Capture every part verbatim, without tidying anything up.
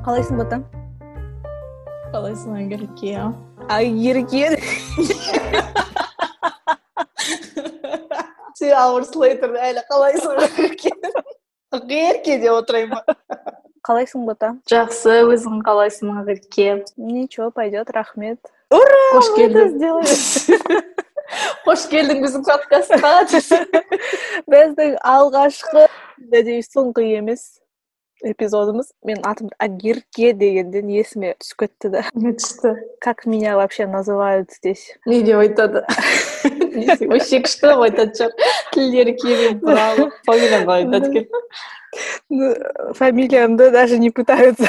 Қалайсың, Бота? Қалайсың, Айгерке? Айгерке? Two hours later, әлі қалайсың, Айгерке? Айгерке деп отырайын ба? Қалайсың, Бота? Жақсы, өзің қалайсың, Айгерке? Ничего, пойдет, рахмет. Ура! Қош келдің. Қош келдің біздің подкастқа. Біздің алғашқы, надеюсь, соңғы емес эпизодымыз. Мен атым Айгерке дегенден есіме түсіп кетті да. Не түсті? Как меня вообще называют здесь? Не деп айтады? Вообще күшті деп айтады шығар. Тілдері керемет, браво. Фамилияңды айтады екен. Фамилиямды даже не пытаются.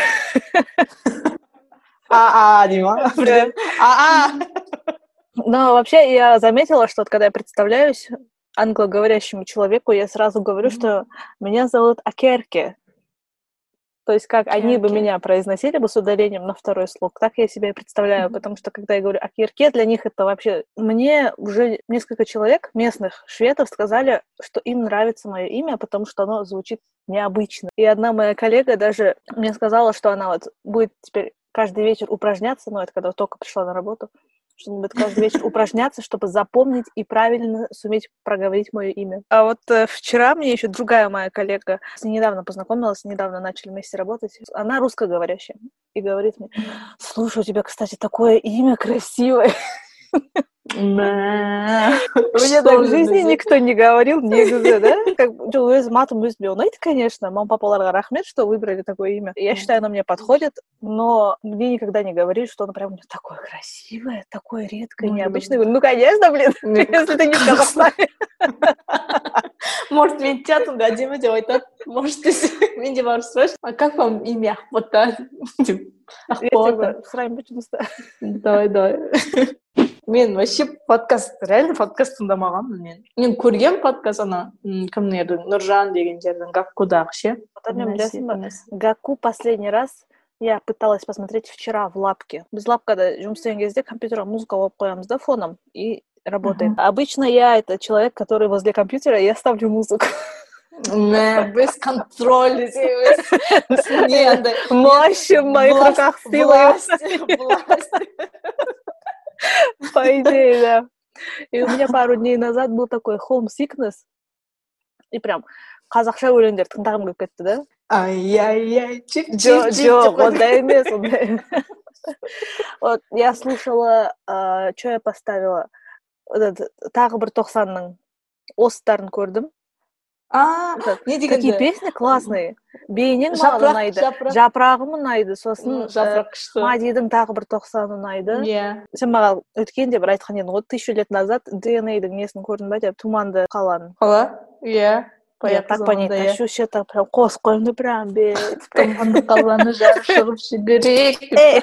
А-а, дей ма? А-а! Но вообще я заметила, что вот когда я представляюсь англоговорящему человеку, я сразу говорю, что меня зовут Акерке. То есть как они бы меня произносили бы с ударением на второй слог, так я себя и представляю, потому что когда я говорю Акерке, для них это вообще... Мне уже несколько человек, местных шведов, сказали, что им нравится мое имя, потому что оно звучит необычно. И одна моя коллега даже мне сказала, что она вот будет теперь каждый вечер упражняться, ну это когда только пришла на работу, что он будет каждый вечер упражняться, чтобы запомнить и правильно суметь проговорить мое имя. А вот э, вчера мне еще другая моя коллега, с ней недавно познакомилась, недавно начали вместе работать. Она русскоговорящая и говорит мне: слушай, у тебя, кстати, такое имя красивое. Мне так в жизни никто не говорил, негізі, да? Как өз матым өзіме ұнайды, конечно. Мама, папаларға рахмет, что выбрали такое имя. Я считаю, оно мне подходит, но мне никогда не говорили, что оно прям у меня такое красивое, такое редкое, необычное. Я говорю, ну, конечно, блин, если ты не в Казахстане. Может, мен театрда әдемі деп айтады. Может, мен де барып сұрайшы. А как вам имя Ақбота? Ақбота. Сұрайын ба жұмыста? Давай, давай. Мен вообще подкаст, реально подкаст тыңдамағанмын мен. Мен көргем подкаст ана кімдердің, Нұржан деген жердің Гаккудағы ше. Мен білесің ба, Гакку последний раз я пыталась посмотреть вчера в лапке. Біз лапкада жұмыс істеген кезде компьютерға музыка қойып қоямыз да фоном и работает. Uh-huh. Обычно я это человек, который возле компьютера, я ставлю музыку. Не, без контроля, без мощь в моих руках, сила. По идее, да. И у меня пару дней назад был такой home sickness. И прям қазақша өлеңдер тыңдағым келіп кетті, да? Ай-яй-яй, чик-чик-чик. Жоқ, ондай емес, ондай. Вот, я слушала, что я поставила? Тағы бір тоқсанның осттарын көрдім. А, не дегенде? Такие песни классные. Бейнең маған ұнайды. Жапырағым ұнайды. Сосын Мадидің тағы бір тоқсаны ұнайды. Сен маған өткенде бір айтқан едің, вот тысячу лет назад ди эн эй-дің несін көрдің бе деп, Туманды қаланың. Қала? Иә. Я так по ней тащу, что-то прям қос қойымды прям бет. Туманды қаланы жарып шығып жүгірек.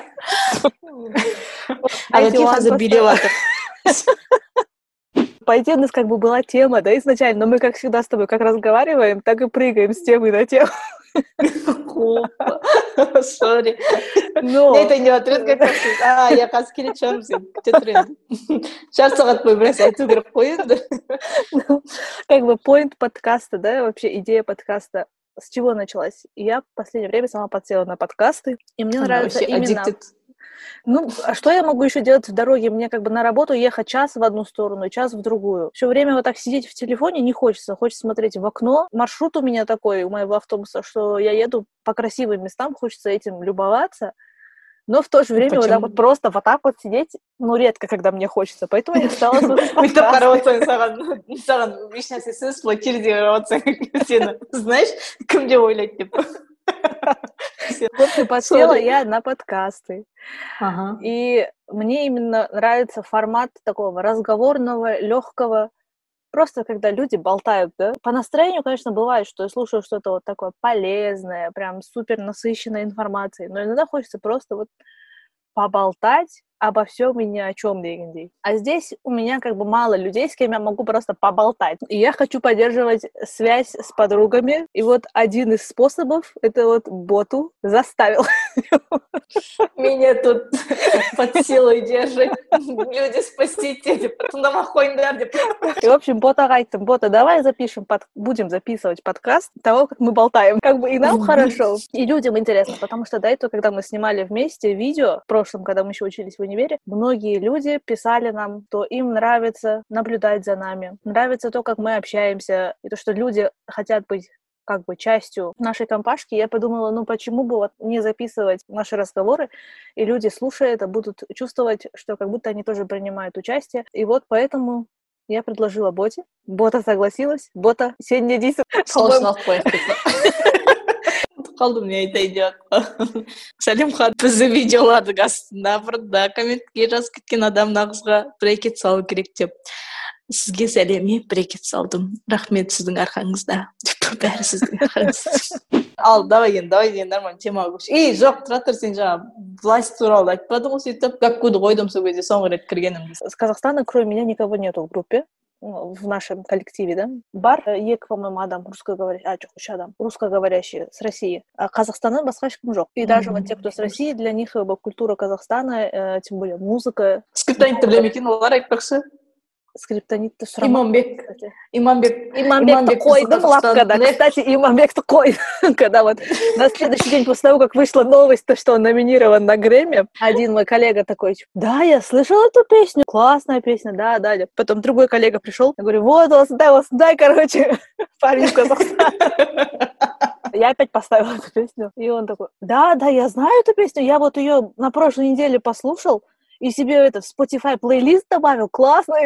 Әдеке қазір билеп жатыр. По идее, у нас как бы была тема, да, изначально, но мы, как всегда, с тобой как разговариваем, так и прыгаем с темы на тему. Опа, сори. Это не отряд как раз. А, я қазір келе шығамын, сен күте тұр енді. Жарты сағат бойы біраз айту керек қой енді. Как бы point подкаста, да, вообще идея подкаста, с чего началась? Я в последнее время сама подсела на подкасты, и мне нравится именно... Ну, а что я могу еще делать в дороге? Мне как бы на работу ехать час в одну сторону, час в другую. Все время вот так сидеть в телефоне не хочется. Хочется смотреть в окно. Маршрут у меня такой, у моего автобуса, что я еду по красивым местам, хочется этим любоваться. Но в то же время вот так вот просто вот так вот сидеть, ну, редко, когда мне хочется. Поэтому я стала слушать подкасты. Өйтіп қарап отырсаң, саған еш нәрсесіз былай терізе қарап отырсаң, сені, знаешь, кім деп ойлайды деп. Вот и подсела я на подкасты. Ага. И мне именно нравится формат такого разговорного, легкого, просто когда люди болтают, да. По настроению, конечно, бывает, что я слушаю что-то вот такое полезное, прям супер насыщенной информацией, но иногда хочется просто вот поболтать обо всем и ни о чем дегендей. А здесь у меня как бы мало людей, с кем я могу просто поболтать. И я хочу поддерживать связь с подругами. И вот один из способов, это вот боту заставил. Меня тут под силой держат люди-спасители, потом домохойндар. И, в общем, бота гайттым, бота, давай запишем, под... будем записывать подкаст того, как мы болтаем. Как бы и нам хорошо, и людям интересно, потому что до этого, когда мы снимали вместе видео, в прошлом, когда мы еще учились в универе, многие люди писали нам, что им нравится наблюдать за нами, нравится то, как мы общаемся, и то, что люди хотят быть как бы частью нашей компашки. Я подумала, ну почему бы вот не записывать наши разговоры, и люди, слушая это, будут чувствовать, что как будто они тоже принимают участие. И вот поэтому я предложила боте. Бота согласилась. Бота, сен не дейсің? Солшын алып қояйық деп. Қалдым не айтайын деп. Сәлемхан, бізді видеолардың астында бұрында комментке жазып кеткен адам нағызға брекет салу керек деп. Сізге сәлеме, брекет салдым. Рахмет сіздің арқаңызда. Бәрі сіздің арқаңызда. Ал, давай енді, давай енді нормально темаға көшейік. Ей, жоқ, тұра тұр, сен жаңа власть туралы айтпадың ғой сөйтіп, гаккуды қойдым сол кезде соңғы рет кіргенімде. С Казахстана, кроме меня, никого нету в группе, в нашем коллективе, да? Бар, екі, по-моему, адам русскоговорящий, а, жоқ, үш адам русскоговорящие с России. А Казахстаннан басқа ешкім жоқ. И даже вот те, кто с России, для них культура Казахстана, тем более музыка. Скриптонитті білемекен, олар айтпақшы. Скриптонитті сұрамақ. Иманбек. Иманбек. Иманбекті қойдым лапкада. Кстати, Иманбекті қойдым. Когда вот на следующий день после того, как вышла новость, то, что он номинирован на Грэмми, один мой коллега такой, да, я слышал эту песню, классная песня, да, да. Потом другой коллега пришел, я говорю, вот, вот, дай, вот, дай, короче, парень из Казахстана. Я опять поставила эту песню, и он такой, да, да, я знаю эту песню, я вот ее на прошлой неделе послушал, и себе этот Spotify плейлист добавил, классный.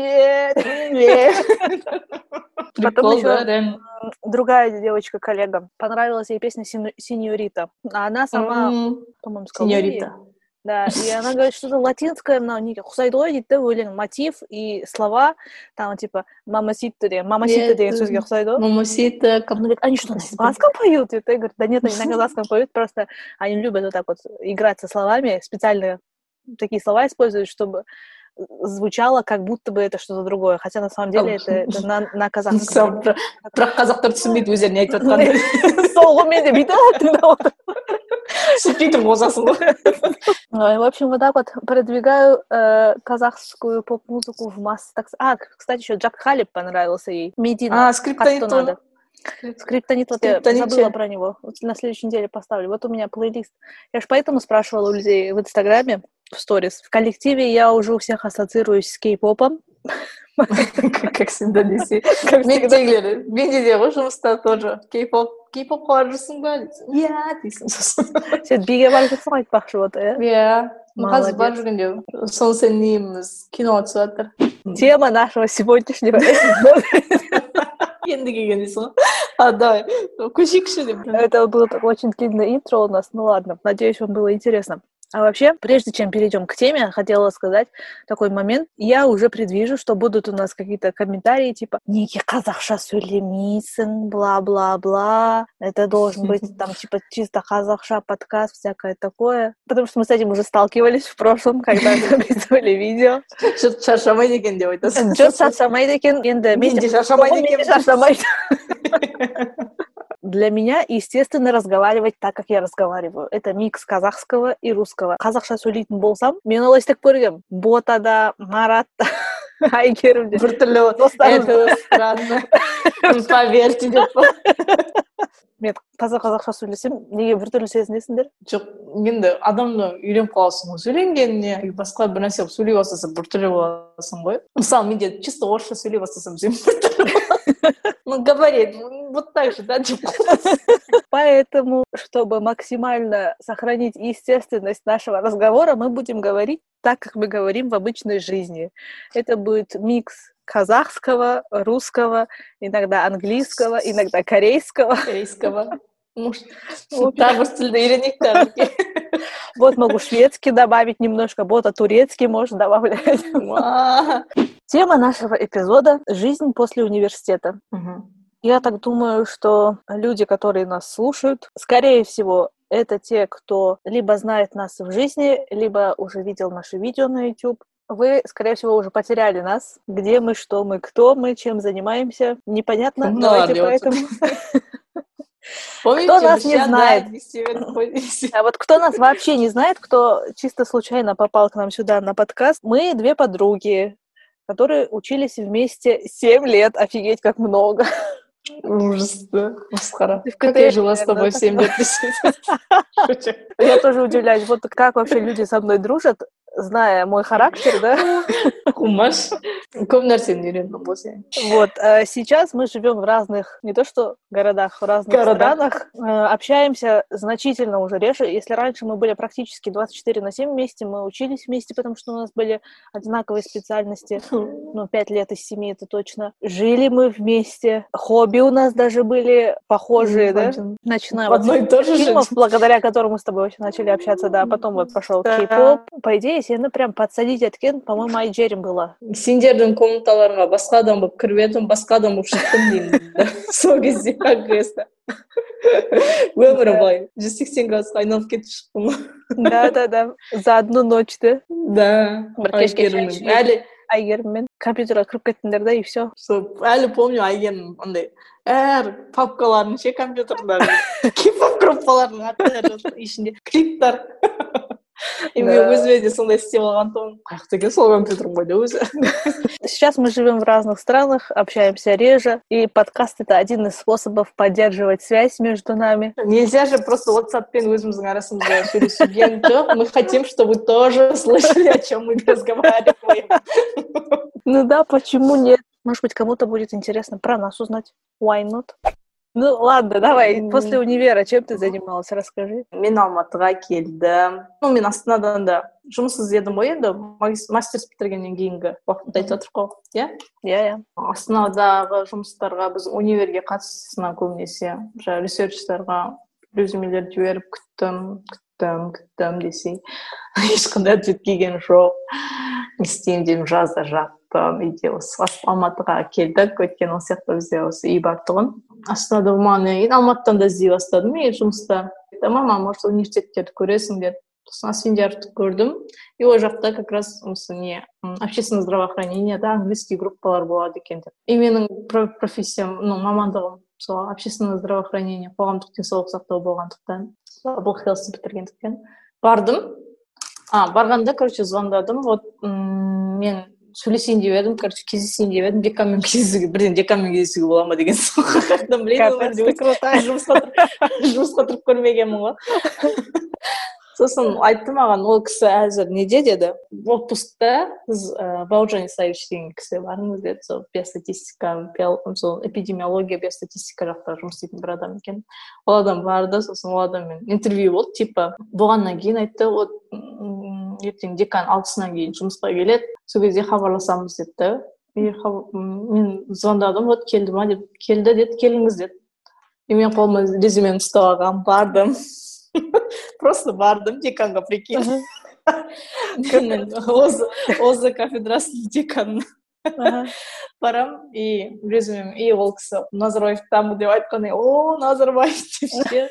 Потом еще другая девочка-коллега, понравилась ей песня «Синьорита». А она сама, по-моему, сказала... «Синьорита». Да, и она говорит, что-то латинское, но не ұқсайды ғой дейді, өлең, мотив и слова, там типа «мамасита» деген, «мамасита» деген сөзге ұқсайды ғой. «Мамасита». Она говорит, они что, на испанском поют? И я говорю, да нет, они на казахском поют, просто они любят вот так вот играть со словами, специально такие слова используют, чтобы звучало, как будто бы это что-то другое, хотя на самом деле это, это на, на казахском. Бірақ қазақтар түсінбейді өздеріне айтып жатқанды. Сол ғой менде бүйтіп тыңдап сөйтіп қозасың ғой. В общем, вот так вот продвигаю э, казахскую поп-музыку в массы. А, кстати, еще Джак Халиб понравился ей. Медина. А, скриптонит. Скриптонит, вот я забыла про него. Вот на следующей неделе поставлю. Вот у меня плейлист. Я же поэтому спрашивала у людей в Инстаграме, в сторис. В коллективе я уже у всех ассоциируюсь с кей-попом. Как всегда десе. Мен тегілері. Менде де ғой жұмыста тоже. Кей-поп. Кей-попқа барып жүрсің ба? Иә, дейсің. Сен биге барып жүрсің ғой айтпақшы вот, иә? Иә. Қазір барып жүргенде. Соны сен нейміз киноға түсіп жатыр. Тема нашего сегодняшнего эпизода. Енді келген дейсің ғой. А, давай. Көшейікші деп. Это было очень длинное интро у нас. Ну ладно, надеюсь, вам было интересно. А вообще, прежде чем перейдем к теме, хотела сказать такой момент. Я уже предвижу, что будут у нас какие-то комментарии типа «Неге қазақша сөйлемейсің, бла-бла-бла». Это должен быть там типа чисто қазақша подкаст, всякое такое. Потому что мы с этим уже сталкивались в прошлом, когда записывали видео. Жұрт шаршамайды екен деп айтасың. Жұрт шаршамайды екен. Енді мен де шаршамайды екен. Для меня, естественно, разговаривать так, как я разговариваю. Это микс казахского и русского. Қазақша сөйлейтін болсам, мен олай істеп көргем. Ботада, Маратта, Айгерімде. Біртүрлі, это странно. Поверьте, деп па. Мен таза қазақша сөйлесем, неге біртүрлі сезінесіңдер? Жоқ, енді адамды үйреніп қаласың ғой сөйленгеніне, басқа бір нәрсе сөйлей бастаса біртүрлі боласың ғой. Мысалы, менде чисто орысша сөйлей бастасам біртүрлі боласың. Ну, говорит, вот так же, да, деп қаласың. Поэтому, чтобы максимально сохранить естественность нашего разговора, мы будем говорить так, как мы говорим в обычной жизни. Это будет микс казахского, русского, иногда английского, иногда корейского. Корейского. Может, так вот үйренейік тәрбие. Вот могу шведский добавить немножко, бота турецкий можно добавлять. Тема нашего эпизода – жизнь после университета. Я так думаю, что люди, которые нас слушают, скорее всего, Это те, кто либо знает нас в жизни, либо уже видел наши видео на YouTube. Вы, скорее всего, уже потеряли нас. Где мы, что мы, кто мы, чем занимаемся. Непонятно. Ну, Давайте ладно, поэтому... Помните, Кто нас не мы знает? да, А вот кто нас вообще не знает, кто чисто случайно попал к нам сюда на подкаст, мы две подруги, которые учились вместе семь лет. Офигеть, как много. Ужас, да. Масхара. Ты в Как я КТР, жила с тобой наверное, семь так- лет Шучу. Я тоже удивляюсь, вот как вообще люди со мной дружат, зная мой характер, да? Хумаш. Көп нәрсені үйрендім ғой сен. Вот, а сейчас мы живем в разных, не то что городах, в разных Городах. странах, э, общаемся значительно уже реже. Если раньше мы были практически двадцать четыре на семь вместе, мы учились вместе, потому что у нас были одинаковые специальности, ну, пять лет из семи, это точно. Жили мы вместе, хобби у нас даже были похожие, да? Начиная В вот одной и той же фильмов, жизни. благодаря которым мы с тобой вообще начали общаться, да, а потом вот пошел Да. кей-поп. По идее, если ну прям подсадить эткен, по-моему, Айджерим было. Сендердің комнаталарыңа басқа адам болып кіріп едім, басқа адам болып шықтым деймін. да. Сол кезде прогресста. Өмірім былай жүз сексен градусқа айналып кетіп шықтым. Да-да-да, за одну ночь, да? Да. Бір кешке шай Әйгерімнің. ішіп, Әлі Айгеріммен компьютерға кіріп кеттіңдер да, и все. сол әлі помню Айгерім андай әр папкаларын ше компьютердағы кей-поп группаларының аттары жазылып, ішінде клиптар. И мен Да. өзіме де сондай істеп алған тұғым. Қаяқта екен сол компьютерім ғой да өзі. Сейчас мы живем в разных странах, общаемся реже, и подкаст — это один из способов поддерживать связь между нами. Нельзя же просто WhatsApp-пен өзіміздің арасымызда сөйлесуге. Жоқ, мы хотим, чтобы вы тоже слышали, о чем мы разговариваем. Ну да, почему нет? Может быть, кому-то будет интересно про нас узнать. Why not? Ну ладно, давай, М. после универа чем ты занималась, расскажи. Мен Алматыға келдім. Ну, мен Астанадан да жұмыс іздедім ғой енді, магис- мастерс бітіргеннен кейінгі уақытта айтып жатырмық қой, иә? Я-я. Астанадағы жұмыстарға біз универге қатыстысына көбінесе жаңағы ресерчтарға резюмелерді жіберіп күттім, күттім, күттім десей ешқандай ответ келген жоқ. Не істеймін дедім, жазда жаттым, үйде осы Алматыға келдік, өйткені ол сияқты бізде осы үй бар тұғын. Астанада болмағаннан кейін Алматыдан да іздей бастадым мен жұмыста. Мама, может, университеттерді көресің деді. Сосын Асфендиярды көрдім. И ол жақта как раз осы не общественное здравоохранение, да, английский группалар болады екен деп. И менің профессиям, ну, мамандығым сол общественное здравоохранение, қоғамдық денсаулық сақтау болғандықтан, public health бітіргендіктен бардым. А, барғанда, короче, звондадым. Вот мен сөйлесейін деп едім, короче, кездесейін деп едім, деканмен кездесуге, бірден деканмен кездесуге бола ма деген сұрақ. Блин, Капец, ты крутая. жұмысқа тұрып көрмегенмін ғой. Сосын айтты маған, ол кісі әзір неде деді, отпускта сіз Бауыржан Исаевич деген кісі барыңыз деді, сол биостатистика, сол эпидемиология, биостатистика жақта жұмыс істейтін бір адам екен. Ол адам барды, сосын ол адаммен интервью болды, типа болғаннан кейін айтты, вот ертең декан алтысынан кейін жұмысқа келеді, сол кезде хабарласамыз деді. Мен звондадым, вот келді ма деп, келді деді, келіңіз деді. И мен қолыма резюмемді ұстап алғам, бардым. Просто бардым деканға, прикинь. Озы кафедрасының деканына барам, и резюмем, и ол кісі Назарбаев тамы деп айтқаны, о, Назарбаев деп ше.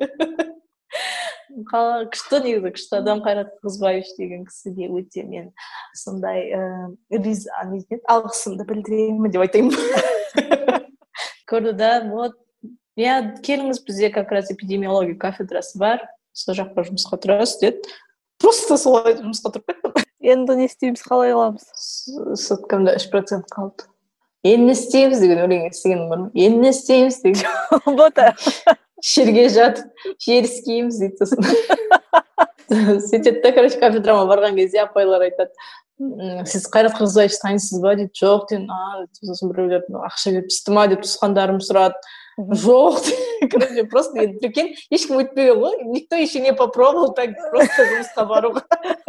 Күшті негізі, күшті адам Қайрат Қырғызбаевич деген кісіге өте мен сондай алғысымды білдіремін деп айтайын. Көрді да, вот, я келіңіз, бізде как раз эпидемиология кафедрасы бар, сол жаққа жұмысқа тұрасыз деді. Просто солай жұмысқа тұрып кеттім. Енді не істейміз, қалай аламыз? Соткамда үш процент қалды. Енді не істейміз деген өлең естігенім бар ма? Енді не істейміз деген. Бота. Жерге жатып, жер іскейміз дейді сосын. Сөйтеді да, короче, кафедрама барған кезде апайлар айтады, сіз Қайрат Қырғызбаевич танисыз ба дейді, жоқ деймін, а сосын біреулер ақша беріп түсті ма деп туысқандарым сұрады. Жоқ, короче, просто енді прикинь, ешкім өтпеген ғой, никто еще не попробовал так просто жұмысқа баруға.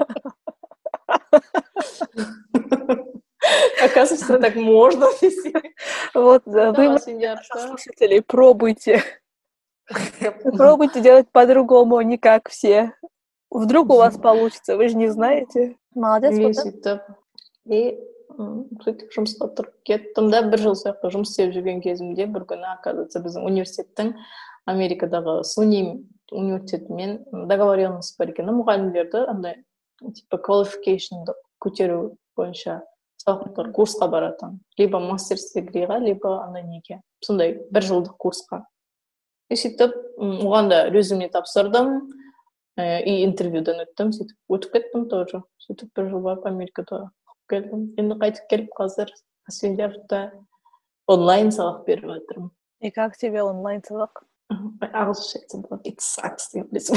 Оказывается, так можно. Вот, вы, слушатели, пробуйте. Пробуйте делать по-другому, не как все. Вдруг у вас получится, вы же не знаете. Молодец, вот. И сөйтіп жұмысқа тұрып кеттім да, бір жыл жұмыс істеп жүрген кезімде бір күні, оказывается, біздің университеттің Америкадағы суни университетімен договоренность бар екен мұғалімдерді андай типа qualification'ды көтеру бойынша сабақтар курсқа баратын либо мастерс дегриға либо андай неге сондай бір жылдық курсқа и сөйтіп оған да резюме тапсырдым и интервьюдан өттім сөйтіп өтіп кеттім тоже сөйтіп бір жыл барып Америкада оқып келдім енді қайтып келіп қазір Асфендияровта онлайн сабақ беріп жатырмын. И как тебе онлайн сабақ? Ағылшынша айтсам болады, it sucks.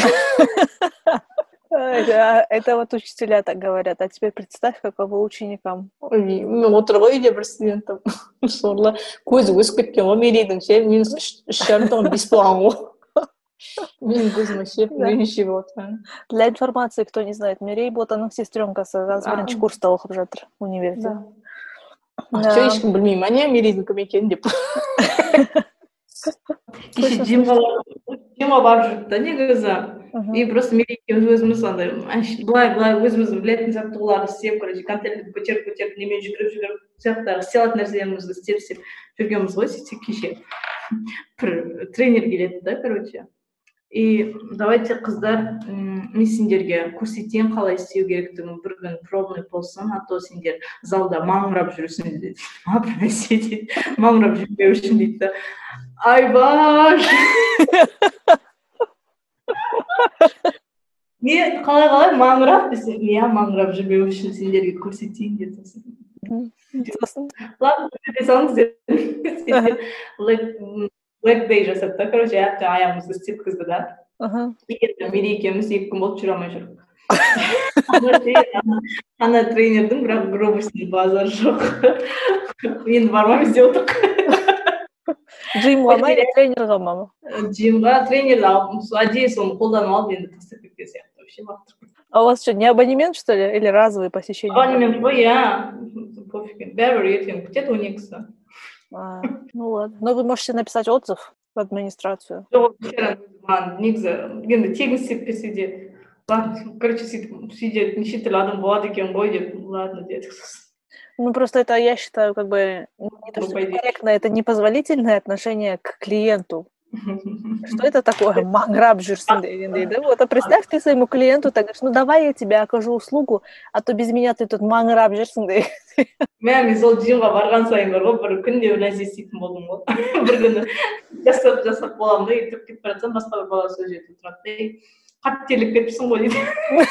Это, это вот учителя так говорят. А теперь представь, каково ученикам. Ой, мен отыр ғой үйде бір студентім. Сорлы көзі өсіп кеткен ғой Мерейдің ше, мен үш жарым тонна бес болған ғой. Менің көзім вообще үйренші болып отыр. Для информации, кто не знает, Мерей ботаның сестренкасы қазір бірінші курста оқып жатыр универде. Что ешкім білмеймін, ане Мерейдің кім екенін деп. Кеше жемға барып жүрді да негізі. И просто Мерейге өзіміз андай былай-былай өзіміз білетін жаттығуларды істеп, короче, контентті көтеріп-көтеріп, немен жүгіріп-жүгіріп, сияқты істелетін нәрселерімізді істеп-істеп жүргенбіз ғой, сөйтсек кеше. Бір тренер келеді да, короче. И давайте қыздар, мен сендерге көрсетейін қалай істеу керектігін, бір күн пробный болсын, а то сендер залда маңырап жүрсің дейді. А, бір нәрсе дейді, маңырап жүрмеу үшін дейді. Айбаш! Мен қалай-қалай маңырап десем, иә, маңырап жүрмеу үшін сендерге көрсетейін деді. Ладно, өте салыңыз деді. Black Day жасап та, короче, әпті аяғымызды істеткізді да. Енді Мерей екеуміз екі күн болып жүре алмай жүрдік. Ана тренердің бірақ гробысының базары жоқ. Енді бармаймыз деп отырдық. Джимға ма или тренерға ма? Джимға, тренерді алып, әдейі соны қолданып алып, енді тастап кеткен сияқты. Вообще лақтырып. А у вас что, не абонемент, что ли? Или разовые посещения? Абонемент ғой, иә. Пофиг. Бәрібір ертең күтеді он екісі. А, ну ладно. Но вы можете написать отзыв в администрацию. Негізі, енді тегін істеп берсе де, ладно, короче, сөйтіп, сөйде неше түрлі адам болады екен ғой деп, ладно, дедік. Ну, просто это, я считаю, как бы, не то, что корректно, это непозволительное отношение к клиенту. Что это такое? Маңырап жүрсің дейді. Вот, а представь, ты своему клиенту так говоришь, ну давай я тебе окажу услугу, а то без меня ты тут маңырап жүрсің дейді. Мен сол жимға барған сайын бар ғой, бір күнде бір нәрсе істейтін болдым ғой. Бір күні жасап жасап боламын да, тұрып кетіп бара жатсам, басқа бір бала сол жерде тұрады. Қатты терлеп кетіпсің ғой дейді.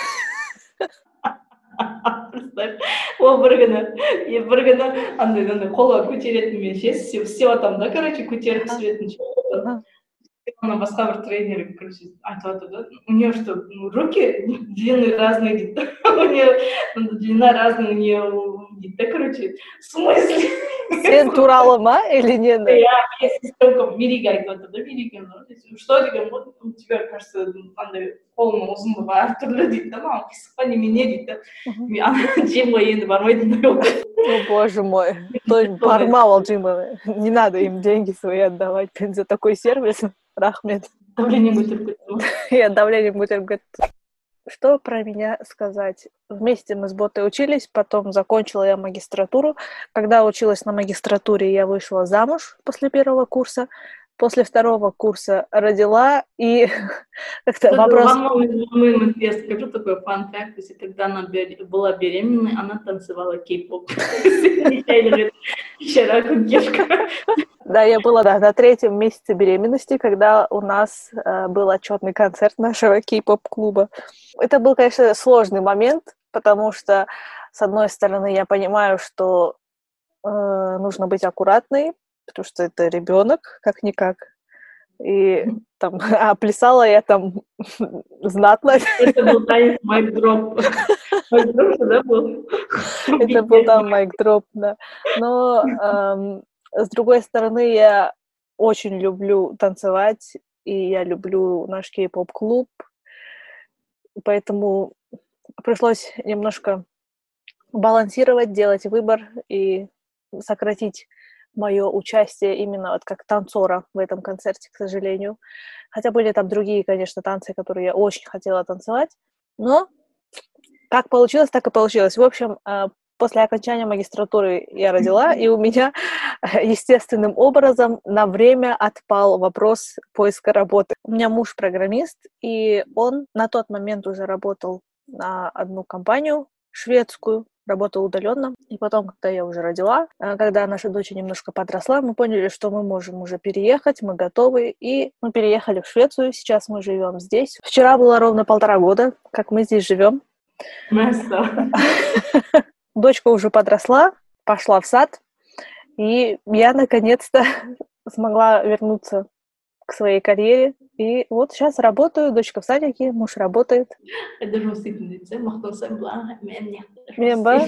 Ол бір күні, бір күні андай қолға көтеретін мен ше, істеп жатамын да, короче, көтеріп түсіретін ше. Ана басқа бір тренер, короче, айтып жатыр да, у нее что, руки длинные разные дейді. У нее длина разная, у нее дейді да, короче, в смысле? Сен туралы ма или не? Я сестренка Мерейге айтып жатыр да, Мерейге, что деген, у тебя, кажется, андай қолының ұзындығы әртүрлі дейді да, маған қисық па немене дейді. Мен жимға енді бармайтындай болды. О, боже мой, то есть бармау джимға, не надо им деньги свои отдавать за такой сервис. Рахмет. Давление көтеріп кетті. Я давление көтеріп кетті. Что про меня сказать? Вместе мы с Ботой учились, потом закончила я магистратуру. Когда училась на магистратуре, я вышла замуж после первого курса. После второго курса родила, и как-то вопрос... Я скажу такой фан-факт, если когда она была беременной, она танцевала кей-поп. Да, я была да, на третьем месяце беременности, когда у нас э, был отчетный концерт нашего кей-поп-клуба. Это был, конечно, сложный момент, потому что, с одной стороны, я понимаю, что э, нужно быть аккуратной, потому что это ребенок, как-никак. И там, а плясала я там знатно. Это был танец майк-дроп. Майк-дроп тогда был. Это был там майк-дроп, да. Но эм, с другой стороны, я очень люблю танцевать, и я люблю наш кей-поп-клуб. Поэтому пришлось немножко балансировать, делать выбор и сократить мое участие именно вот как танцора в этом концерте, к сожалению. Хотя были там другие, конечно, танцы, которые я очень хотела танцевать. Но как получилось, так и получилось. В общем, после окончания магистратуры я родила, и у меня естественным образом на время отпал вопрос поиска работы. У меня муж программист, и он на тот момент уже работал на одну компанию шведскую, работал удаленно. И потом, когда я уже родила, когда наша дочь немножко подросла, мы поняли, что мы можем уже переехать, мы готовы, и мы переехали в Швецию. Сейчас мы живем здесь. Вчера было ровно полтора года, как мы здесь живем. Дочка уже подросла, пошла в сад, и я наконец-то смогла вернуться к своей карьере. И вот сейчас работаю, дочка в садике, муж работает. Мен ба?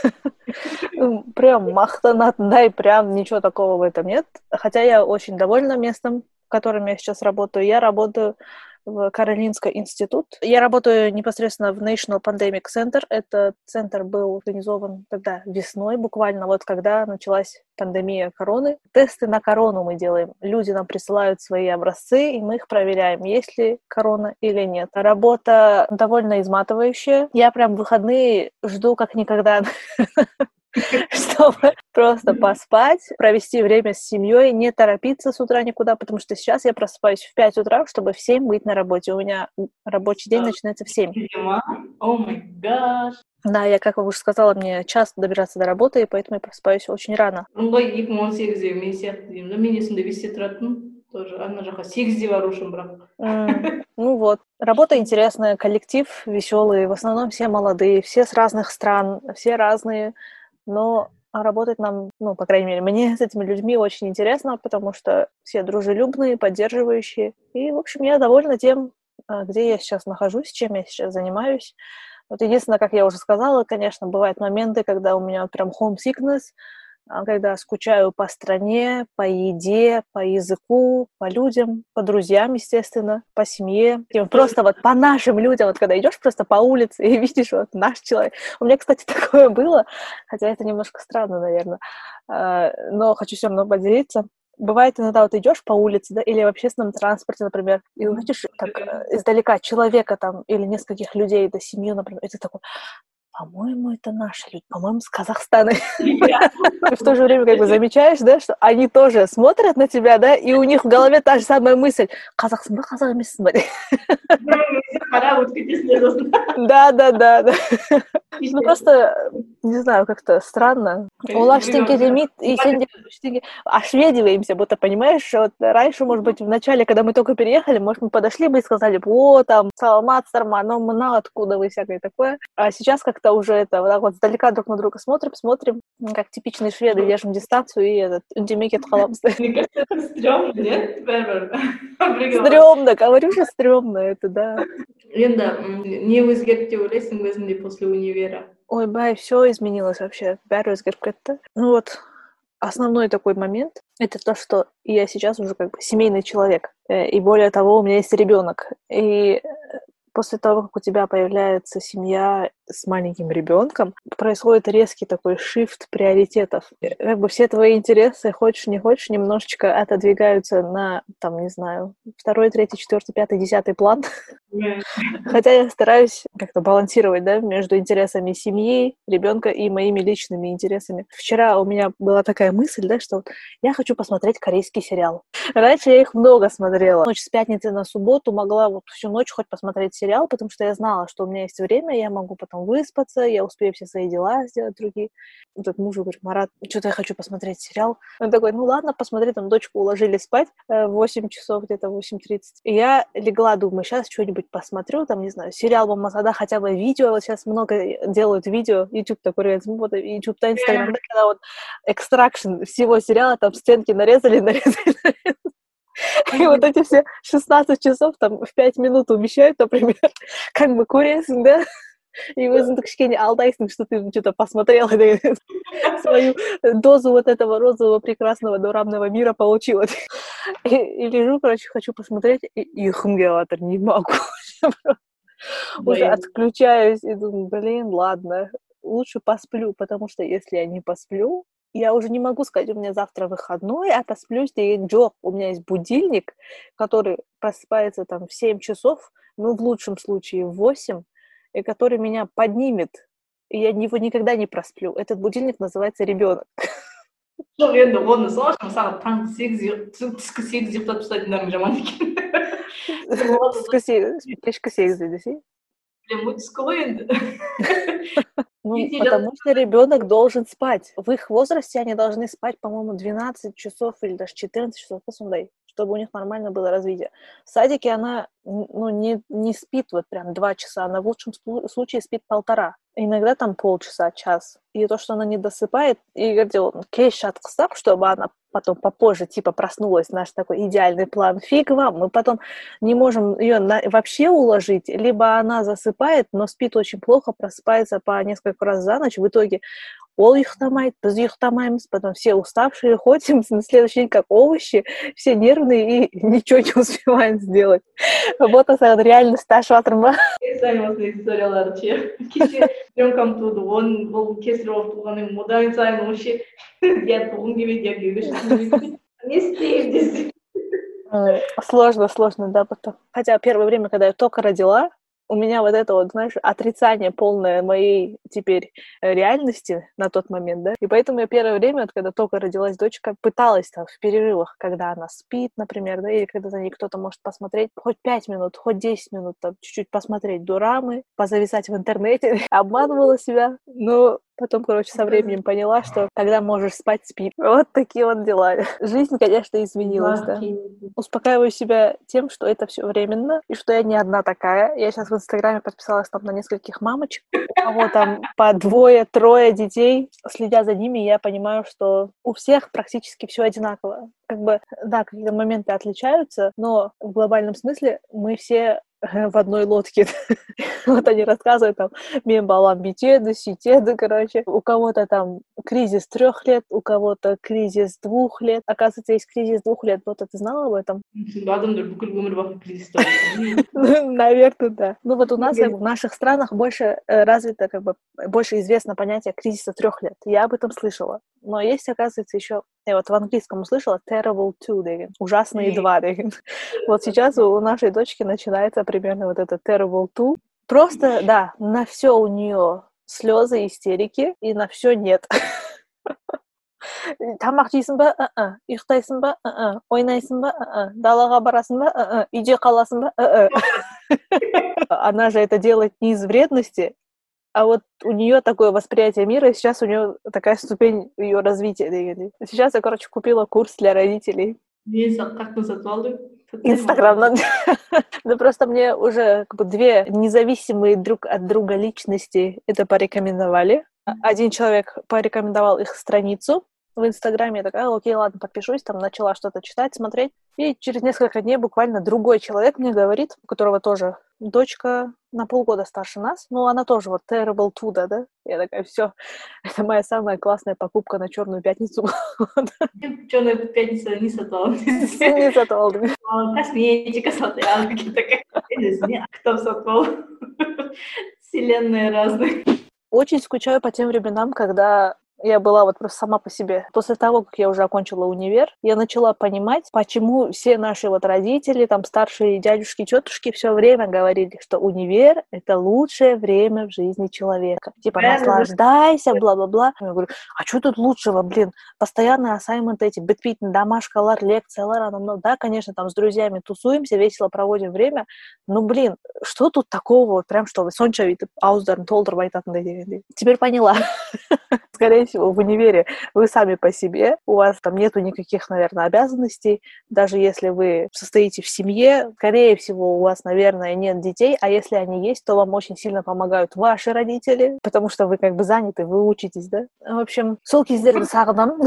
Прям мақтанатындай, прям ничего такого в этом нет. Хотя я очень довольна местом, в котором я сейчас работаю. Я работаю в Каролинский институт. Я работаю непосредственно в National Pandemic Center. Этот центр был организован тогда весной, буквально вот когда началась пандемия короны. Тесты на корону мы делаем. Люди нам присылают свои образцы, и мы их проверяем, есть ли корона или нет. Работа довольно изматывающая. Я прям в выходные жду как никогда, чтобы просто поспать, провести время с семьей, не торопиться с утра никуда, потому что сейчас я просыпаюсь в пять утра, чтобы в семь быть на работе. У меня рабочий день начинается в семь. О май гаш. Да, я, как уже сказала, мне часто добираться до работы, и поэтому я просыпаюсь очень рано. Тоже ана жаққа сегізде барушым бірақ. Mm, ну вот. Работа интересная, коллектив веселый, в основном все молодые, все с разных стран, все разные, но работать нам, ну, по крайней мере, мне с этими людьми очень интересно, потому что все дружелюбные, поддерживающие. И, в общем, я довольна тем, где я сейчас нахожусь, чем я сейчас занимаюсь. Вот единственное, как я уже сказала, конечно, бывают моменты, когда у меня прям homesickness, когда скучаю по стране, по еде, по языку, по людям, по друзьям, естественно, по семье. И просто вот по нашим людям, вот когда идешь просто по улице и видишь вот наш человек. У меня, кстати, такое было, хотя это немножко странно, наверное, но хочу все равно поделиться. Бывает, иногда вот идешь по улице, да, или в общественном транспорте, например, и увидишь так издалека человека там или нескольких людей, да, семью, например, и ты такой: по-моему, это наши люди, по-моему, с Казахстана. В то же время как бы замечаешь, да, что они тоже смотрят на тебя, да, и у них в голове та же самая мысль: қазақсың ба, қазақ емессің ба? Да, да, да, да. Ну, просто, не знаю, как-то странно. Олар ештеңке демейді, и сен де ештеңке... Ошведиваемся, будто, понимаешь, вот раньше, может быть, в начале, когда мы только переехали, может, мы подошли бы и сказали: о, там, саламатсыздар, но мына откуда вы, всякое такое. А сейчас как-то уже это, вот так вот сдалека друг на друга смотрим, смотрим, как типичные шведы, держим дистанцию и этот, үндемей кетіп қаламыз. Стрёмно, нет? Стрёмно, говорю же, стрёмно это, да. Енді не өзгерді деп ойлайсың өзіңде после универа? Ой, бай, все изменилось вообще, бәрі өзгеріп кетті. Ну вот, основной такой момент — это то, что я сейчас уже как бы семейный человек, и более того, у меня есть ребенок. И после того, как у тебя появляется семья с маленьким ребенком, происходит резкий такой шифт приоритетов. Как бы все твои интересы, хочешь не хочешь, немножечко отодвигаются на, там, не знаю, второй, третий, четвертый, пятый, десятый план. Yeah. Хотя я стараюсь как-то балансировать, да, между интересами семьи, ребенка и моими личными интересами. Вчера у меня была такая мысль, да, что я хочу посмотреть корейский сериал. Раньше я их много смотрела. Ночь с пятницы на субботу могла вот всю ночь хоть посмотреть сериал, потому что я знала, что у меня есть время, я могу потом выспаться, я успею все свои дела сделать другие. Тут мужу говорю: Марат, что-то я хочу посмотреть сериал. Он такой: ну ладно, посмотри, там дочку уложили спать в восемь часов, где-то восемь тридцать. И я легла, думаю, сейчас что-нибудь посмотрю, там, не знаю, сериал Бамасада, хотя бы видео, вот сейчас много делают видео, YouTube такой, YouTube, то Instagram, да, когда вот экстракшн всего сериала, там сценки нарезали, нарезали, нарезали. И вот эти все шестнадцать часов там в пять минут умещают, например, как бы куресың, да? И өзіңді кішкене алдайсың, что ты что-то посмотрела, свою дозу вот этого розового, прекрасного, дорамного мира получила. И, и лежу, короче, хочу посмотреть, и, и хмгелатор, не могу. Уже отключаюсь и думаю: блин, ладно, лучше посплю, потому что если я не посплю, я уже не могу сказать: у меня завтра выходной, а посплюсь, деген жоқ. У меня есть будильник, который просыпается там в семь часов, ну, в лучшем случае в восемь, и который меня поднимет, и я его никогда не просплю. Этот будильник называется ребенок. жоқ енді оны салшы мысалы таңғы сегіз түскі сегіз ұйықтап тастайтындарың жаман екен. түскі сегіз кешкі сегізде десей. Прям түскі ғой енді. Ну, потому что ребенок должен спать. В их возрасте они должны спать, по-моему, двенадцать часов или даже четырнадцать часов, посмотри, чтобы у них нормально было развитие. В садике она, ну, не, не спит вот прям два часа, она в лучшем случае спит полтора. Иногда там полчаса, час. И то, что она не досыпает, и говорил, кейш отқысақ, чтобы она потом попозже типа проснулась, наш такой идеальный план. Фиг вам, мы потом не можем ее на... вообще уложить, либо она засыпает, но спит очень плохо, просыпается по несколько раз за ночь, в итоге ол ұйықтамайды, біз ұйықтамаймыз, потом все уставшие ходим, на следующий день как овощи, все нервные и ничего не успеваем сделать. Вот это реально стаж ватырма. Сами осындай историяларды ше. Кеше съемкам туды, оның бұл кесір болып туғаннан кейін одан сайын вообще я туғым келмейді, я келмейді. Не істеймін десе. Сложно, сложно, да, потом. Хотя первое время, когда я только родила, у меня вот это вот, знаешь, отрицание полное моей теперь реальности на тот момент, да, и поэтому я первое время, вот, когда только родилась дочка, пыталась там в перерывах, когда она спит, например, да, или когда за ней кто-то может посмотреть, хоть пять минут, хоть десять минут, там, чуть-чуть посмотреть дорамы, позависать в интернете, обманывала себя, но потом, короче, со временем поняла, что когда можешь спать, спи. Вот такие вот дела. Жизнь, конечно, изменилась, да. Успокаиваю себя тем, что это все временно, и что я не одна такая. Я сейчас в Инстаграме подписалась там на нескольких мамочек, у кого там по двое, трое детей. Следя за ними, я понимаю, что у всех практически все одинаково. Как бы, да, какие-то моменты отличаются, но в глобальном смысле мы все в одной лодке. Вот они рассказывают там, мен балам битеді, сөйтеді, короче. У кого-то там кризис трех лет, у кого-то кризис двух лет. Оказывается, есть кризис двух лет. Вот ты знала об этом? Наверное, да. Ну вот у нас в наших странах больше развито, как бы, больше известно понятие кризиса трех лет. Я об этом слышала. Но есть, оказывается, еще, я вот в английском услышала terrible two, деген, ужасные два, деген. Вот сейчас у нашей дочки начинается примерно вот это terrible two. Просто, да, на все у нее слезы, истерики, и на все нет. Тамақ жейсің ба? А-а. Ұйықтайсың ба? А-а. Ойнайсың ба? А-а. Далаға барасың ба? А-а. Үйде қаласың ба? А-а. Она же это делает не из вредности, а вот у нее такое восприятие мира, и сейчас у нее такая ступень ее развития. Сейчас я, короче, купила курс для родителей. Инстаграм. Да просто мне уже как бы две независимые друг от друга личности это порекомендовали. Один человек порекомендовал их страницу в Инстаграме. Я такая, окей, ладно, подпишусь. Там начала что-то читать, смотреть. И через несколько дней буквально другой человек мне говорит, у которого тоже дочка на полгода старше нас, но она тоже вот terrible two, да, да? Я такая, все, это моя самая классная покупка на Черную пятницу. Черная пятница не сатал. Не сатал. Косметика сатал. Кто сатал? Вселенная разная. Очень скучаю по тем временам, когда я была вот просто сама по себе. После того, как я уже окончила универ, я начала понимать, почему все наши вот родители, там старшие дядюшки, тетушки все время говорили, что универ — это лучшее время в жизни человека. Типа, наслаждайся, бла-бла-бла. Я говорю, а что тут лучшего, блин? Постоянные ассайменты эти, бітпейтін домашкалар, лекциялар, оно много. Да, конечно, там с друзьями тусуемся, весело проводим время, но, блин, что тут такого, вот прям что вы сонша бүйтіп ауыздарын толтырып айтатындай дегендей. Теперь поняла. Скорее всего, в универе вы сами по себе, у вас там нету никаких, наверное, обязанностей, даже если вы состоите в семье, скорее всего, у вас, наверное, нет детей, а если они есть, то вам очень сильно помогают ваши родители, потому что вы как бы заняты, вы учитесь, да? В общем, сол кездерді сағынам.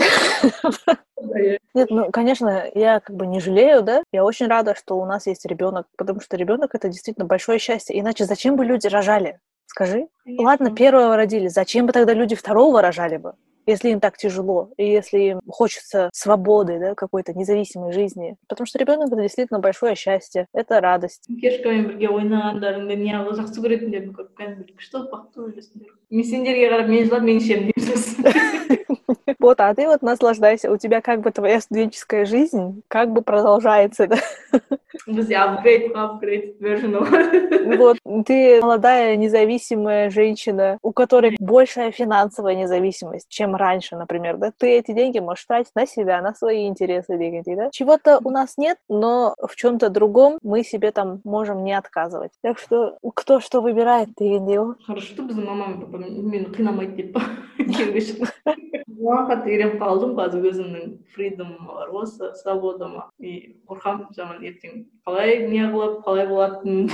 Нет, ну, конечно, я как бы не жалею, да, я очень рада, что у нас есть ребенок, потому что ребенок — это действительно большое счастье, иначе зачем бы люди рожали? Скажи. Конечно. Ладно, первого родили, зачем бы тогда люди второго рожали бы, если им так тяжело, и если им хочется свободы, да, какой-то независимой жизни. Потому что ребенок — это действительно большое счастье, это радость. Кешкамен бірге ойнағандарыңды неғылы жақсы көретіндерді көріп күшті бақытты ойлайсыңдар. Мен сендерге қарап мен жылап мен ішемін деймін. Вот, а ты вот наслаждайся. У тебя как бы твоя студенческая жизнь как бы продолжается, да? Бізде апгрейд, апгрейд version. Вот, ты молодая, независимая женщина, у которой большая финансовая независимость, чем раньше, например, да? Ты эти деньги можешь тратить на себя, на свои интересы, да? Чего-то у нас нет, но в чем-то другом мы себе там можем не отказывать. Так что кто что выбирает, ты делаешь. Хорошо, что біздің мамам папам мені қинамайды деп па күйеуге шығып уақыт үйреніп қалдым қазір өзімнің фридом бар осы свободама и қорқамын жаман ертең қалай не қылып қалай болатынын.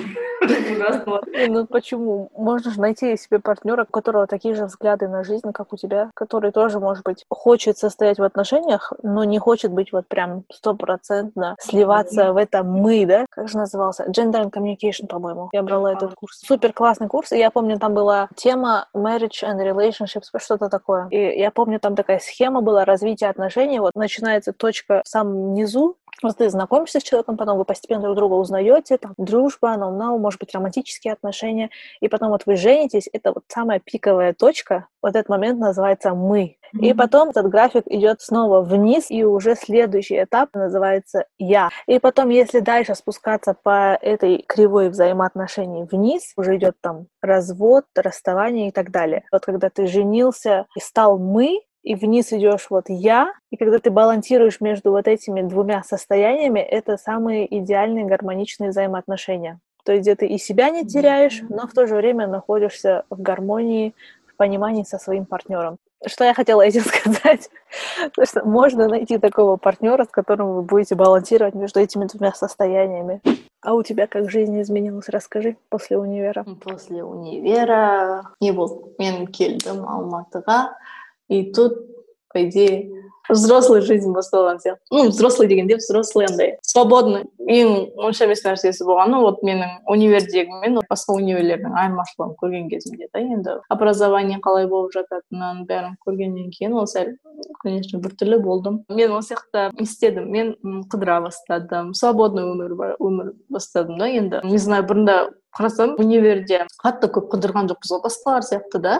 Ну почему? Можно же найти себе партнера, у которого такие же взгляды на жизнь, как у тебя, который тоже, может быть, хочет состоять в отношениях, но не хочет быть вот прям стопроцентно сливаться в это мы, да? Как же назывался? Gender and Communication, по-моему. Я брала этот курс. Супер классный курс, и я помню, там была тема marriage and relationships, что-то такое. И я помню, там такая схема была развития отношений. Вот начинается точка в самом низу, вот ты знакомишься с человеком, потом вы постепенно друг друга узнаете, там, дружба, ноу-нау, может быть, романтические отношения, и потом вот вы женитесь, это вот самая пиковая точка, вот этот момент называется «мы». Mm-hmm. И потом этот график идет снова вниз, и уже следующий этап называется «я». И потом, если дальше спускаться по этой кривой взаимоотношений вниз, уже идет там развод, расставание и так далее. Вот когда ты женился и стал «мы», и вниз идешь вот «я», и когда ты балансируешь между вот этими двумя состояниями, это самые идеальные гармоничные взаимоотношения. То есть где ты и себя не теряешь, но в то же время находишься в гармонии, в понимании со своим партнером. Что я хотела этим сказать? Потому что можно найти такого партнера, с которым вы будете балансировать между этими двумя состояниями. А у тебя как жизнь изменилась? Расскажи после универа. После универа не был. Мен келдім Алматыға. И тут, по идее, взрослый жизнь басталған сияқты. Ну, взрослый дегенде взрослый андай свободный. Ең онша емес нәрсесі болғаны, вот менің универдегі мен басқа универлердің айырмашылығын көрген кезімде да, енді образование қалай болып жататынын бәрін көргеннен кейін ол сәл, конечно, біртүрлі болдым. Мен ол сияқты істедім. Мен қыдыра бастадым. Свободный өмір өмір бастадым да, енді. Не знаю, бұрында қарасам, универде қатты көп қыдырған жоқпыз ғой, басқалар сияқты да.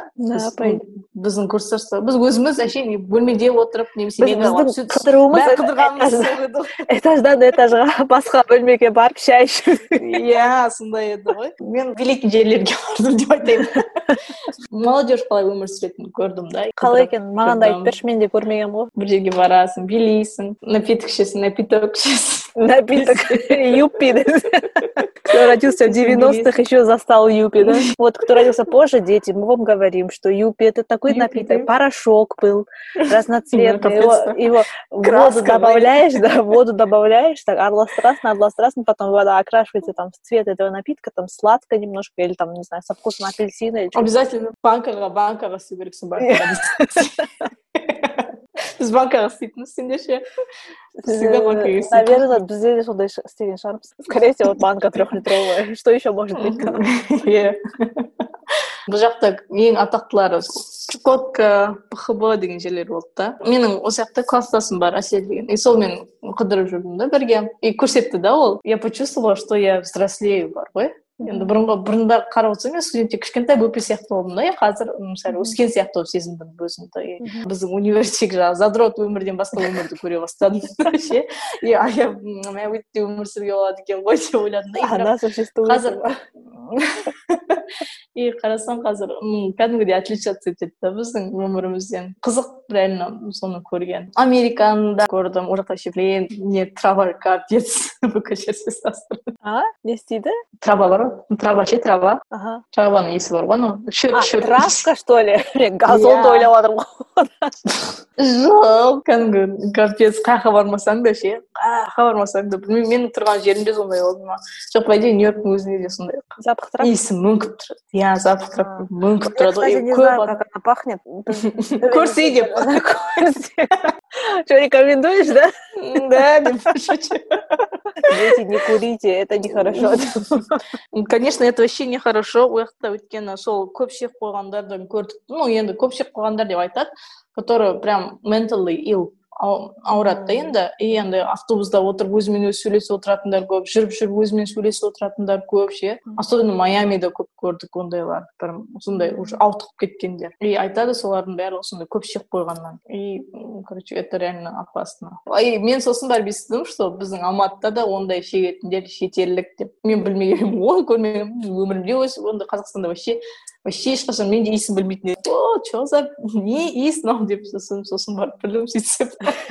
Біздің курстарда біз өзіміз әшейін бөлмеде отырып немесе біздің қыдыруымыз этаждан этажға басқа бөлмеге барып шай ішіп. Иә, сондай еді ғой. Мен билейтін жерлерге бардым деп айтайын. Молодежь қалай өмір сүретінін көрдім да. Қалай екен, маған да айтып берші, мен де көрмегенмін ғой. Бір жерге барасың, билейсің, напиток ішесің, напиток ішесің. Напиток юппи. Кто родился в девяностых, еще застал юппи, да? Вот, кто родился позже, дети, мы вам говорим, что юппи — это такой напиток, порошок был, разноцветный, его, его воду добавляешь, да, воду добавляешь, так, орлострастно, орлострастно, потом вода окрашивается там в цвет этого напитка, там сладко немножко, или там, не знаю, со вкусом апельсина. Или обязательно банкаға, банкаға істеу керексің бар. Біз банкаға істейтінбіз, сенде ше? Наверное, бізде де сондай істеген шығармыз. Скорее всего, банка трехлитровая. Что еще может быть? Бұл жақта ең атақтылары Чукотка, П Х Б деген жерлер болды да. Менің осы жақта класстасым бар, Әсел деген. И сол мен қыдырып жүрдім да бірге. И көрсетті да ол. Я почувствовала, что я взрослею бар ғой. Енді бұрынғы бұрында қарап отырсам мен студентте кішкентай бөпе сияқты болдым да, қазір мысалы өскен сияқты болып сезіндім өзімді. Біздің университет жаңағы задрот өмірден басқа өмірді көре бастадым ше. И я мә өйтіп өмір сүруге болады екен ғой деп ойладым да. Она существует. Қазір и қарасам қазір кәдімгідей отличаться етеді да біздің өмірімізден. Қызық реально соны көрген. Американы да көрдім, ол жақта ше блин, не трава капец, бүкіл жерсе састырды. А, не істейді? Трава бар. Трава ше, трава. Ага. Travaның иісі бар ғой, ну. А, травка, что ли? Газонды ойлап отырмын ғой. Жоқ, кәдімгі капец, қаяққа бармасаң да ше, қаяққа бармасаң да, менің тұрған жерімде сондай болды ма. Жоқ, по идее, Нью-Йорктың өзінде де сондай. Запах трав? Иісі мүңкіп тұрады. Я запах трав мүңкіп тұрады. Я, кстати, не знаю, как она пахнет. Көрсей деп. Что, рекомендуешь, да? Да, не пошучу. Дети, не курите, это нехорошо. Конечно, это вообще нехорошо. У жақта өйткені сол көп шек қойғандарды көрдік. Ну, енді көп шек қойғандар деп айтады, которые прям mentally ill. ауырады да енді. И енді автобуста отырып өзімен өзі сөйлесіп отыратындар көп, жүріп жүріп өзімен сөйлесіп отыратындар көп ше. Особенно Майамида көп көрдік ондайлар, бір сондай уже ауытқып кеткендер. И айтады солардың бәрі осындай көп шек қойғаннан. И, короче, это реально опасно. И мен сосын барып естідім, что біздің Алматыда да ондай шегетіндер шетелдік деп. Мен білмегенмін, ой, көрмегенмін, өмірімде өсіп, онда Қазақстанда вообще вообще ешқашан мен де иісін білмейтін едім. О, че за не иіс мынау деп сосын сосын барып білдім сөйтсем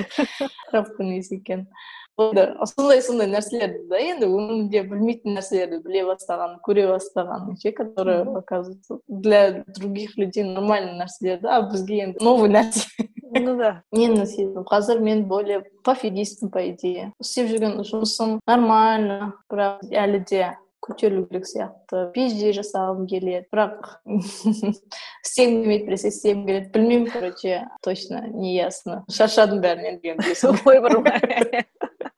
трапка несі екен. Сондай сондай нәрселерді да енді өмірімде білмейтін нәрселерді біле бастаған, көре бастаған ше, которые оказывается для других людей нормальный нәрселерді, а бізге енді новый нәрсе. Ну да. Нені сездім. Қазір мен более пофигистпін, по идее. Істеп жүрген жұмысым нормально, бірақ әлі де көтерілу керек сияқты. PhD жасағым келеді, бірақ істегім келмейді, біресе істегім келеді. Білмеймін, короче, точно, не ясно. Шаршадым бәрінен деген білесің. Ой, бұрмай.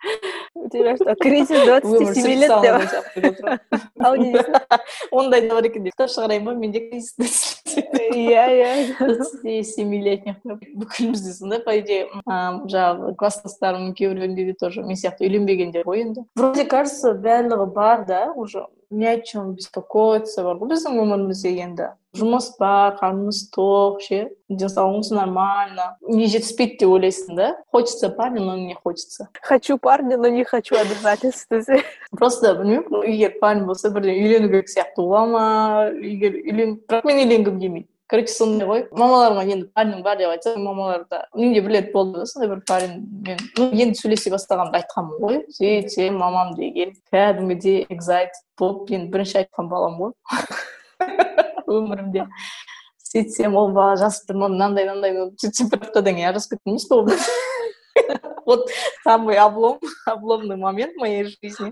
У тебя что, кризис двадцати семи лет деп? Ау, не дейсің? Ондай да бар екен деп. Кітап шығарайын ба, менде кризис Иә, иә. двадцати семилетних. Бүкілімізде сондай, по идее, жаңағы класстастарым кейбіреуінде де тоже мен сияқты үйленбегендер ғой енді. Вроде кажется, барлығы бар да, уже не о чем беспокоиться бар ғой біздің өмірімізде енді. Жұмыс бар, қарнымыз тоқ, ше, денсаулығымыз нормально. Не жетіспейді деп ойлайсың да. Хочется парня, но не хочется. Хочу парня, но не хочу обязательств. Просто білмеймін, егер парень болса бірден үйлену керек сияқты бола ма, егер үйлен, бірақ мен үйленгім келмейді. Короче, сондай ғой. Мамаларыма енді парнем бар деп айтса, мамалар да менде біледі болды да, сондай бір парень мен, ну, енді сөйлесе бастағанымда айтқанмын ғой. Сөйтсем, мамам деген кәдімгідей excited болып, енді бірінші айтқан балам ғой. Өмірімде. Сөйтсем, ол бала жасып тұр, мынандай, мынандай, сөйтсем бір аптадан кейін ажырасып кеттім емес пе? Вот самый облом, обломный момент в моей жизни.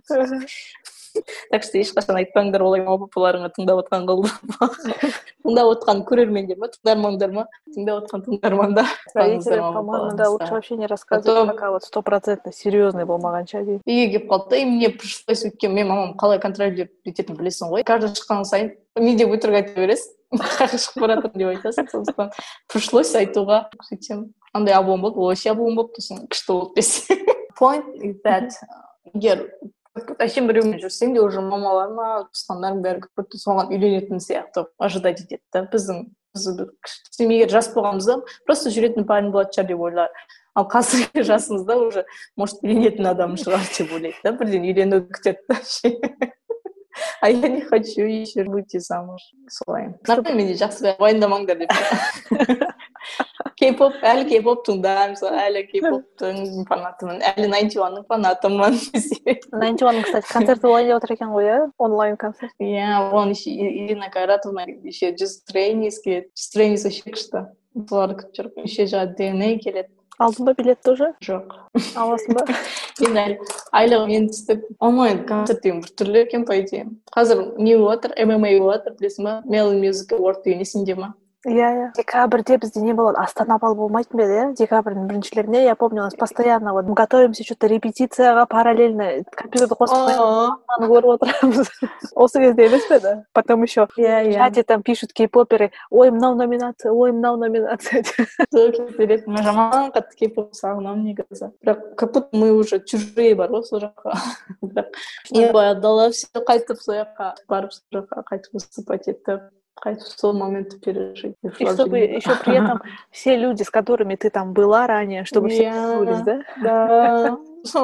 Так что ешқашан айтпаңдар олай мама-папаларыңа тыңдап отқан қылды. Тыңдап отқан көрермендер ма, тыңдармандар ма, тыңдап отқан тыңдармандар. Родителям, по-моему, да, лучше вообще не рассказывать, пока вот стопроцентно серьезный болмағанша дейді. Үйге келіп қалды да, и мне пришлось өткен, мен мамам қалай контролировать ететінін білесің ғой. Каждый шыққан сайын не деп өтірік айта бересің, қақы шығып баратыр деп айтасың, сондықтан пришлось айтуға. Сөйтсем, андай облом болды, вообще облом болды, сосын күшті болды десе. Point is that егер әшейін біреумен жүрсең де уже мамалар ма, туысқандарың бәрі көпті соған үйленетін сияқты ожидать етеді да. Біздің біз егер жас болғанымызда просто жүретін парень болады шығар деп ойлар. Ал қазіргі жасымызда уже может үйленетін адам шығар деп ойлайды да, бірден үйленуді күтеді да. А я не хочу еще выйти замуж. Солай. Нормально, менде жақсы уайымдамаңдар деп. Кей-поп, әлі кей-поп тыңдаймын, әлі кей-поптың фанатымын, әлі найнти уанның фанатымын. найнти уанның, кстати, концерті болайын деп отыр екен ғой, иә? Онлайн концерт. Иә, оған еще Ирина Кайратовна еще Just Trainees келеді. Just Trainees вообще күшті. Соларды күтіп жүріп, еще жаңа ди эн эй келеді. Алдың ба билетті уже? Жоқ. Аласың ба? Мен әлі айлығым енді істеп, онлайн концерт деген бір түрлі екен, по идее. Қазір не болып жатыр, эм эм эй болып жатыр, білесің ба? Melon Music Award деген есіңде ма? Иә, иә. Декабрьде бізде не болады? Астана бал болмайтын бе, иә? Декабрьдің біріншілеріне, я помню, у нас постоянно вот мы готовимся что-то репетицияға параллельно компьютерді қосып қойып көріп отырамыз. Осы кезде емес пе, да? Потом еще в чате там пишут кей-поперы, ой, мынау номинация, ой, мынау номинация. Мен жаман қатты кей-поп сағынамын негізі. Бірақ как будто мы уже чужие бар ғой сол жаққа. Бірақ не баядала все қайтып сол жаққа барып сол жаққа қайтып выступать етіп. Қайтып сол моментті пережить. И чтобы еще при этом все люди, с которыми ты там была ранее, чтобы все вернулись, да? Да.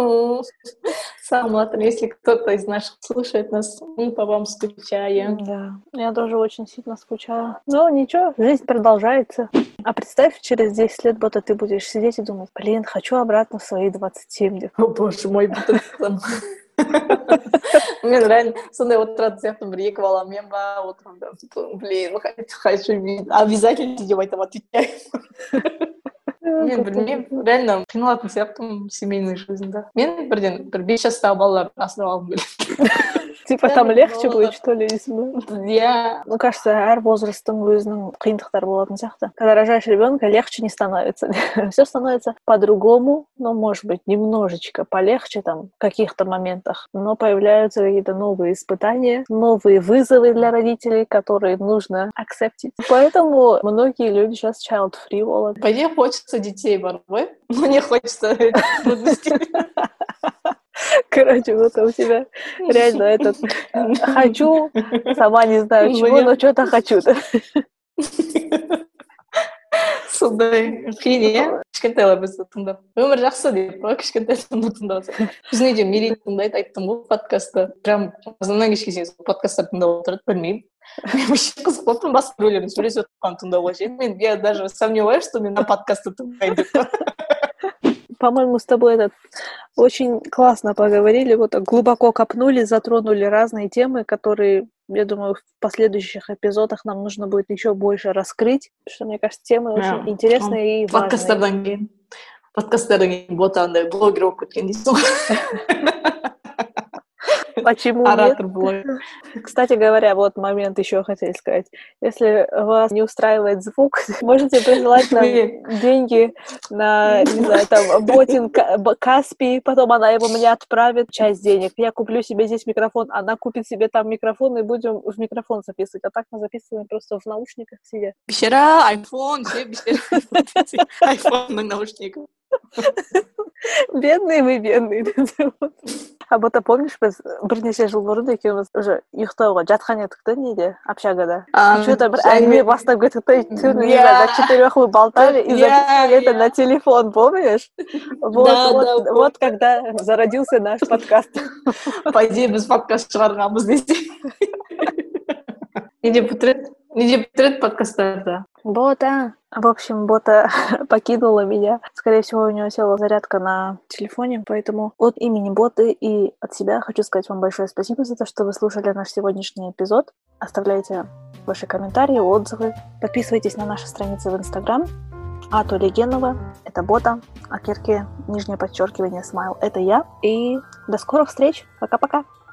Сам, если кто-то из наших слушает нас, мы по вам скучаем. Да, я тоже очень сильно скучаю. Но ничего, жизнь продолжается. А представь, через десять лет будто ты будешь сидеть и думать, блин, хочу обратно в свои двадцать семь. О, боже мой, будто мен реально сондай отыратын сияқтымын, бір екі баламен ба отырмын, блин, хочу обязательно деп айтам, отвечаю. Мен білмеймін, реально қиналатын сияқтымын семейный жизньда. Мен бірден бір бес жастағы балаларды асырап алғым келеді. Типа там легче будет, что ли, если... Я... Ну, кажется, әр возрастың өзінің қиындықтары болатын сияқты. Когда рожаешь ребенка, легче не становится. Все становится по-другому, но, может быть, немножечко полегче там в каких-то моментах. Но появляются какие-то новые испытания, новые вызовы для родителей, которые нужно акцептить. Поэтому многие люди сейчас child-free волят. По идее, хочется детей, борьбой, но не хочется трудностей. Короче, вот у тебя реально этот хочу, сама не знаю чего, но что-то хочу-то. Сондай қиын, иә? Кішкентайлар бізді тыңдап. Өмір жақсы деп, кішкентайлар тыңдап. Біздің үйде Мерей тыңдайды, айттым ғой подкастты. Прям азаннан кешке дейін подкасттар тыңдап отырады, білмеймін. Мен вообще қызық болып тұрмын, басқа біреулердің сөйлесіп отырғанын тыңдауға ше. Мен я даже сомневаюсь, что мен на подкасты тыңдаймын деп. По-моему, с тобой этот очень классно поговорили, вот так глубоко копнули, затронули разные темы, которые, я думаю, в последующих эпизодах нам нужно будет еще больше раскрыть, потому что, мне кажется, темы очень yeah. интересные и важные. Подкасттардан кейін, подкасттардан кейін бота андай блогер болып кеткен дейсің ғой. Почему Оратор нет? блогер. Кстати говоря, вот момент еще хотели сказать. Если вас не устраивает звук, можете присылать нам деньги на, не знаю, там, ботинг Каспий, потом она его мне отправит, часть денег. Я куплю себе здесь микрофон, она купит себе там микрофон, и будем в микрофон записывать. А так мы записываем просто в наушниках сидя. Бешера, айфон, все бешера. Айфонның наушниках. Бедные мы, бедные. А вот а помнишь, біз бірнеше жыл бұрын екеуміз уже ұйықтауға жатқан едік та неде, общагада. Что-то бір әңгіме бастап кеттік та, до четырех мы болтали и записывали это на телефон, помнишь? Вот когда зародился наш подкаст. По идее, біз подкаст шығарғанбыз десе. Не деп бітіреді? Не деп бітіреді подкасттарды? Бота. В общем, Бота покинула меня. Скорее всего, у нее села зарядка на телефоне, поэтому от имени Боты и от себя хочу сказать вам большое спасибо за то, что вы слушали наш сегодняшний эпизод. Оставляйте ваши комментарии, отзывы. Подписывайтесь на наши страницы в Инстаграм. А то Легенова — это Бота, а Кирки, нижнее подчеркивание, смайл — это я. И до скорых встреч. Пока-пока.